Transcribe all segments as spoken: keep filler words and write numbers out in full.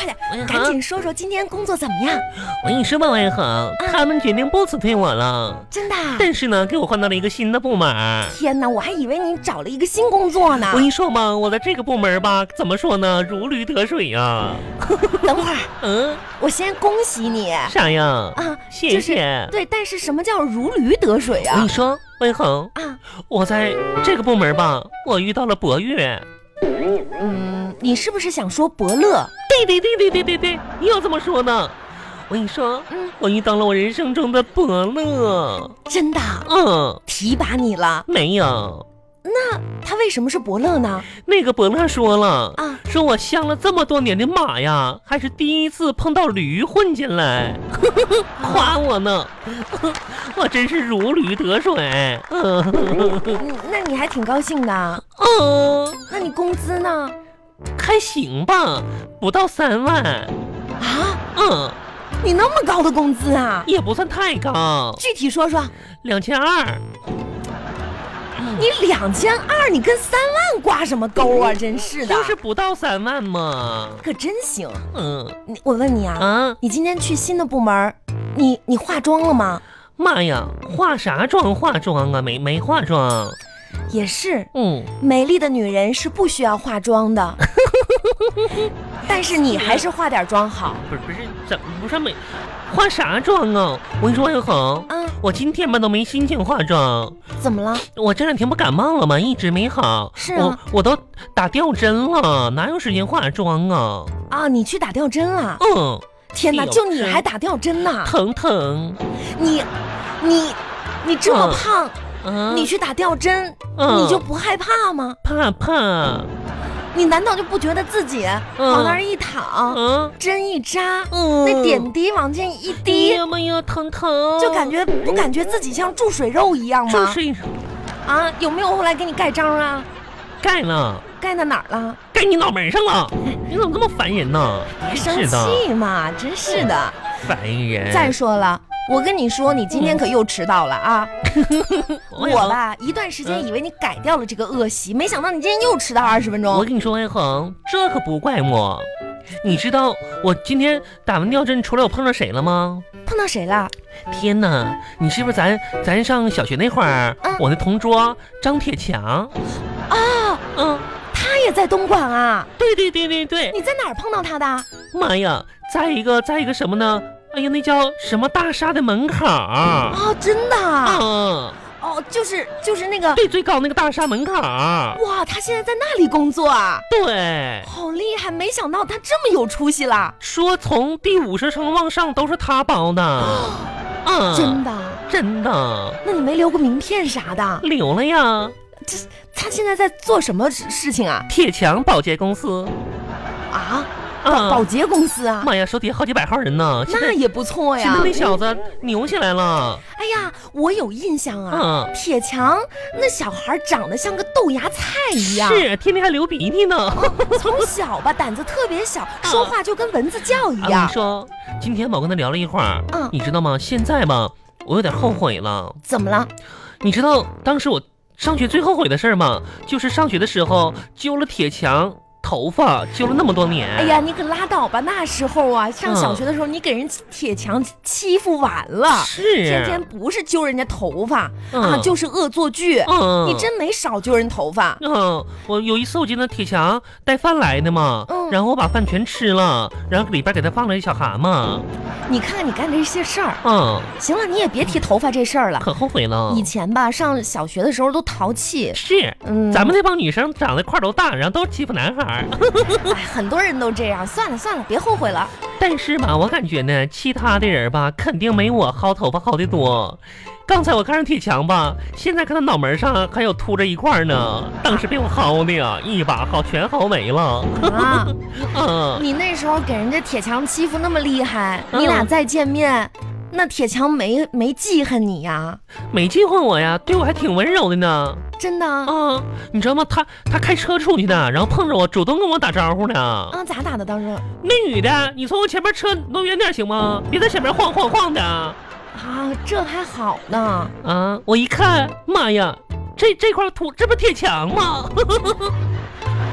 快点，赶紧说说今天工作怎么样？ 我跟你说吧，王一恒、啊，他们决定不辞退我了。 真的？ 但是呢，给我换到了一个新的部门。 天哪，我还以为你找了一个新工作呢。 我跟你说吧，我在这个部门吧，怎么说呢，如鱼得水呀、啊。 等会儿， 嗯， 我先恭喜你。 啥呀？ 啊， 谢谢。就是、 对，但是什么叫如驴得水啊？ 我跟你说，王一恒啊， 我在这个部门吧，我遇到了博越。 嗯，你是不是想说伯乐？ 对对对对对对对，你要这么说呢。我跟你说，嗯，我遇到了我人生中的伯乐。 真的？ 嗯， 提拔你了？ 没有。 那他为什么是伯乐呢？ 那个伯乐说了啊， 说我相了这么多年的马呀，还是第一次碰到驴混进来，夸我呢，我真是如驴得水。 嗯，那你还挺高兴的。 嗯， 那你工资呢？ 还行吧，不到三万。 啊？ 嗯， 你那么高的工资啊？ 也不算太高。 具体说说。 两千二。 你两千二，你跟三万挂什么钩啊？真是的， 就是不到三万嘛。 可真行。 嗯， 你我问你啊， 啊， 你今天去新的部门，你你化妆了吗？ 妈呀，化啥妆？化妆啊，没没化妆。 也是， 嗯， 美丽的女人是不需要化妆的，但是你还是化点妆好。 不是不是，怎么不是美？化啥妆啊？我跟你说，王一恒，嗯，我今天吧都没心情化妆。 怎么了？ 我这两天不感冒了吗？一直没好。 是啊， 我我都打吊针了，哪有时间化妆啊？ 啊，你去打吊针了？ 嗯。 天哪，就你还打吊针呢？ 疼疼。 你你你这么胖， 嗯、 你去打吊针， 嗯、 你就不害怕吗？ 怕怕。 你难道就不觉得自己往那儿一躺， 嗯、 针一扎， 嗯、 那点滴往进一滴， 哎呀妈呀，疼疼， 就感觉不感觉自己像注水肉一样吗？ 注水肉啊，有没有后来给你盖章啊？ 盖了。 盖到哪儿了？ 盖你脑门上了！你怎么这么烦人呢？ 别生气嘛，真是的， 烦人。 再说了。我跟你说，你今天可又迟到了啊！我吧，一段时间以为你改掉了这个恶习，没想到你今天又迟到二十分钟。 我跟你说，王一恒，这可不怪我。你知道我今天打完吊针出来，我碰到谁了吗？ 碰到谁了？ 天哪！你是不是咱咱上小学那会儿，嗯、我的同桌张铁强？ 啊， 嗯， 他也在东莞啊？ 对对对对对。 你在哪儿碰到他的？ 妈呀！再一个，再一个什么呢？哎呀，那叫什么大厦的门口啊？ 哦，真的？ 嗯， 哦，就是就是那个对，最高那个大厦门口。 哇，他现在在那里工作啊？ 对， 好厉害！没想到他这么有出息啦。 说从第五十层往上都是他包的。 嗯，真的？ 真的？ 那你没留个名片啥的？ 留了呀。 这他现在在做什么事情啊？ 铁强保洁公司。 啊？保保洁公司啊！ 妈呀，手底下好几百号人呢， 那也不错呀。 现在那小子牛起来了。 哎呀，我有印象啊，嗯、铁强那小孩长得像个豆芽菜一样， 是天天还流鼻涕呢。 哦、从小吧，胆子特别小，说话就跟蚊子叫一样。 啊、我跟你说，今天我跟他聊了一会儿，嗯，你知道吗？现在吧，我有点后悔了。 怎么了？ 你知道当时我上学最后悔的事吗？就是上学的时候揪了铁强头发，揪了那么多年。 哎呀，你可拉倒吧！那时候啊，上小学的时候，嗯、你给人铁强欺负完了， 是天天不是揪人家头发、 嗯、 啊，就是恶作剧。 嗯， 你真没少揪人头发。 嗯，我有一次我记得铁强带饭来的嘛，嗯，然后我把饭全吃了，然后里边给他放了一小蛤蟆。 你看看你干这些事儿， 嗯， 行了，你也别提头发这事儿了， 可后悔了。 以前吧，上小学的时候都淘气， 是，嗯，咱们那帮女生长得块头大，然后都欺负男孩。 哎，很多人都这样，算了算了，别后悔了。 但是吧，我感觉呢，其他的人吧，肯定没我薅头发薅的多。刚才我看上铁强吧，现在看他脑门上还有秃着一块呢，当时被我薅的呀，一把薅全薅没了。 啊， 嗯， 你那时候给人家铁强欺负那么厉害，你俩再见面。嗯，那铁强没没记恨你呀？ 没记恨我呀，对我还挺温柔的呢。 真的啊？ 嗯，你知道吗？他他开车出去的，然后碰着我，主动跟我打招呼呢。 啊，咋打的？当时那女的，你从我前面车挪远点行吗？别在前面晃晃晃的。 啊，这还好呢。 啊，我一看，妈呀，这这块土，这不铁强吗？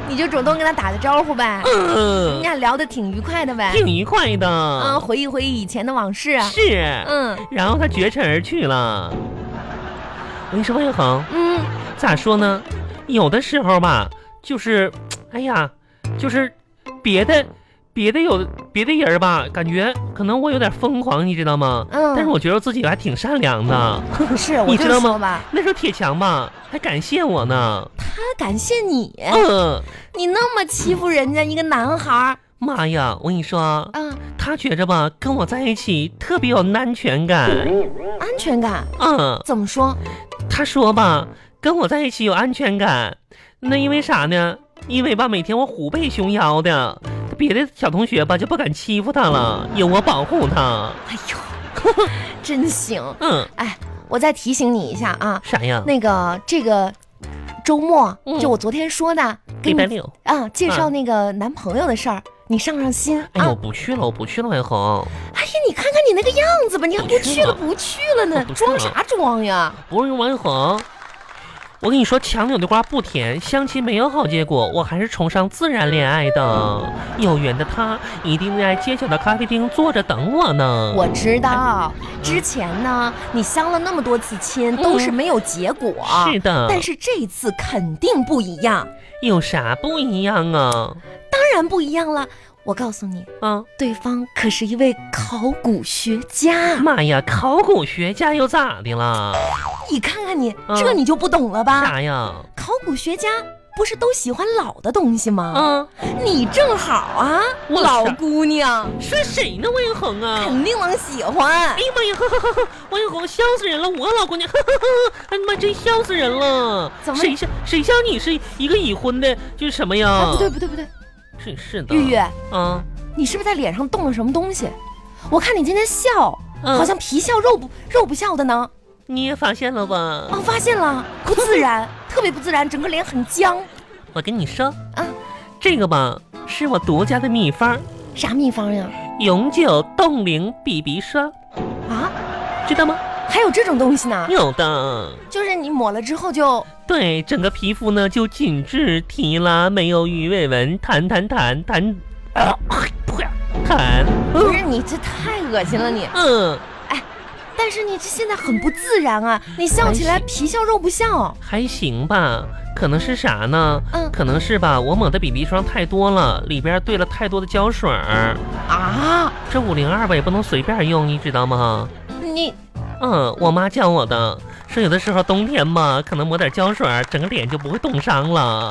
你就主动跟他打个招呼呗。 嗯， 你俩聊得挺愉快的呗。 挺愉快的。 啊，回忆回忆以前的往事啊。 是。 嗯。 然后他绝尘而去了。我跟你说，王小恒， 嗯， 咋说呢？有的时候吧，就是，哎呀，就是别的。别的有别的人吧，感觉可能我有点疯狂，你知道吗？嗯。但是我觉得自己还挺善良的。 是， 你知道吗？ 吧那时候铁强吧还感谢我呢。 他感谢你？ 嗯。 你那么欺负人家一个男孩？ 妈呀！我跟你说，嗯，他觉着吧跟我在一起特别有安全感。 安全感？ 嗯。 怎么说？ 他说吧跟我在一起有安全感，那因为啥呢？因为吧每天我虎背熊腰的。别的小同学吧就不敢欺负他了，有我保护他。 哎呦，真行。嗯，哎，我再提醒你一下啊。 啥呀？ 那个这个周末，嗯、就我昨天说的， 礼拜六啊，介绍那个男朋友的事儿，嗯、你上上心。 哎呦，我不去了，我不去了，王小恒。 哎呀，你看看你那个样子吧，你还不去了，不去了呢，装啥装呀？ 不是王小恒。我跟你说，强扭的瓜不甜，相亲没有好结果，我还是崇尚自然恋爱的。有缘的他一定在街角的咖啡厅坐着等我呢。 我知道，之前呢，你相了那么多次亲，都是没有结果。 嗯、是的， 但是这次肯定不一样。 有啥不一样啊？ 当然不一样了。我告诉你，嗯，对方可是一位考古学家。 妈呀，考古学家又咋的了？ 你看看你，嗯、这你就不懂了吧？ 啥呀？ 考古学家不是都喜欢老的东西吗？嗯，你正好啊，老姑娘。 说谁呢？王小恒啊， 肯定能喜欢。 哎呀妈呀，呵呵呵呵，王小恒笑死人了！我老姑娘，呵呵呵，哎呀妈，真笑死人了！ 怎么？ 谁像谁像你是一个已婚的，就是什么呀？ 啊、不对不对不对。 是是的， 玉玉， 嗯， 你是不是在脸上动了什么东西？我看你今天笑，嗯、好像皮笑肉不肉不笑的呢。 你也发现了吧？ 哦，发现了，不自然，特别不自然，整个脸很僵。 我跟你说，啊，这个吧是我独家的秘方。 啥秘方呀？ 永久冻龄 B B 霜啊， 知道吗？ 还有这种东西呢？ 有的， 就是你抹了之后就对整个皮肤呢就紧致提拉，没有鱼尾纹，弹弹弹弹啊，弹。 不是你这太恶心了你。 嗯， 哎，但是你这现在很不自然啊，你笑起来皮笑肉不笑。 还行吧，可能是啥呢？嗯，可能是吧，我抹的 B B 霜太多了，里边兑了太多的胶水儿啊。这五零二吧也不能随便用，你知道吗？ 你。 嗯，我妈教我的，说有的时候冬天嘛，可能抹点胶水，整个脸就不会冻伤了。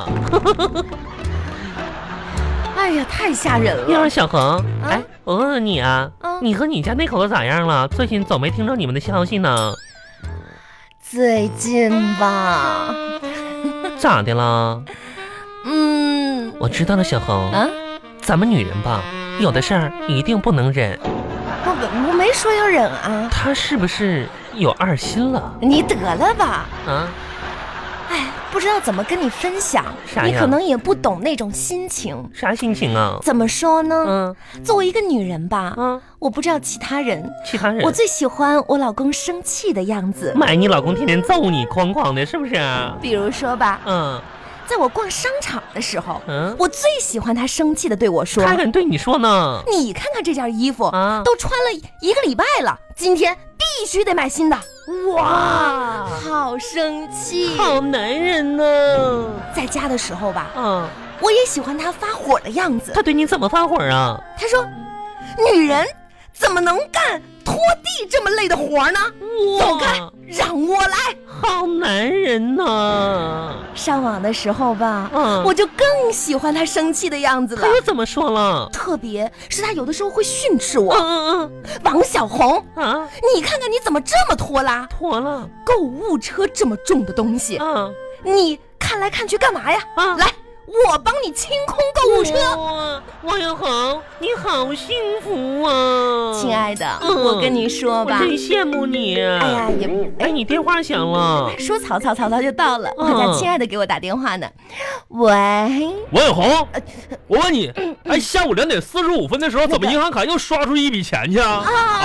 哎呀，太吓人了！ 要是小恒，啊、哎，我问问你啊，啊你和你家那口子咋样了？最近总没听着你们的消息呢。 最近吧， 咋的了？ 嗯， 我知道了，小恒，啊，咱们女人吧，有的事儿一定不能忍。 我我没说要忍啊， 他是不是有二心了？ 你得了吧， 啊， 哎，不知道怎么跟你分享， 啥呀？ 你可能也不懂那种心情。 啥心情啊？ 怎么说呢？ 嗯， 作为一个女人吧，嗯，我不知道其他人， 其他人， 我最喜欢我老公生气的样子。 妈，你老公天天揍你，哐哐的，是不是？ 比如说吧， 嗯。 在我逛商场的时候，嗯，我最喜欢他生气的对我说：“ 他敢对你说呢？ 你看看这件衣服啊，都穿了一个礼拜了，今天必须得买新的。”哇，好生气， 好男人呢。 在家的时候吧， 嗯， 我也喜欢他发火的样子。 他对你怎么发火啊？ 他说：“女人怎么能干拖地这么累的活呢？走开，让我来。” 好男人呢。 上网的时候吧，嗯，我就更喜欢他生气的样子了。 他又怎么说了？ 特别是他有的时候会训斥我。 嗯嗯嗯， 王小红啊， 你看看你怎么这么拖拉？ 拖了， 购物车这么重的东西， 嗯， 你看来看去干嘛呀？啊，来。我帮你清空购物车。 王小恒，你好幸福啊！ 亲爱的，嗯、我跟你说吧， 我真羡慕你。 哎呀，也哎，你电话响了， 说曹操，曹操就到了。嗯、我家亲爱的给我打电话呢。喂， 王小恒，我问你，哎，下午两点四十五分的时候，怎么银行卡又刷出一笔钱去啊？ 啊，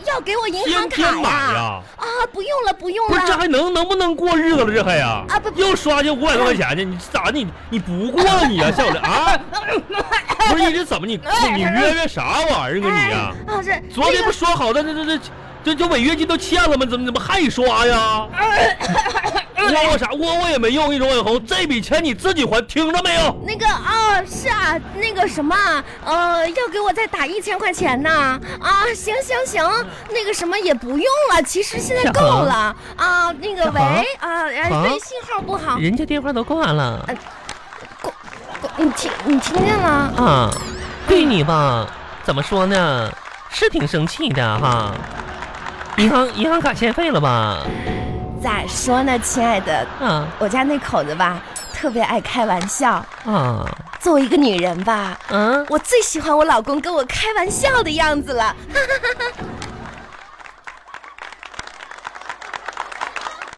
要给我银行天天买卡呀？ 呀？ 啊，不用了，不用不是，这了。 还能能不能过日子了？这还呀？ 啊不不又刷进五百多块钱去，你咋你你不过了你啊？像我这啊？不是你这怎么你你你约约啥玩意儿啊你呀？ 啊，这昨天不说好的这这这这这违约金都欠了吗？怎么怎么还刷呀？我我啥我我也没用一种网红，这笔钱你自己还，听着没有？ 那个啊，是啊，那个什么，呃，要给我再打一千块钱呢。啊，行行行，那个什么也不用了，其实现在够了啊。那个喂啊，哎，对，信号不好， 人家电话都挂了。 挂挂，你听你听见了啊？对你吧，怎么说呢？是挺生气的哈。银行银行卡欠费了吧？ 咋说呢，亲爱的， 啊， 我家那口子吧，特别爱开玩笑啊。 作为一个女人吧， 嗯， 我最喜欢我老公跟我开玩笑的样子了。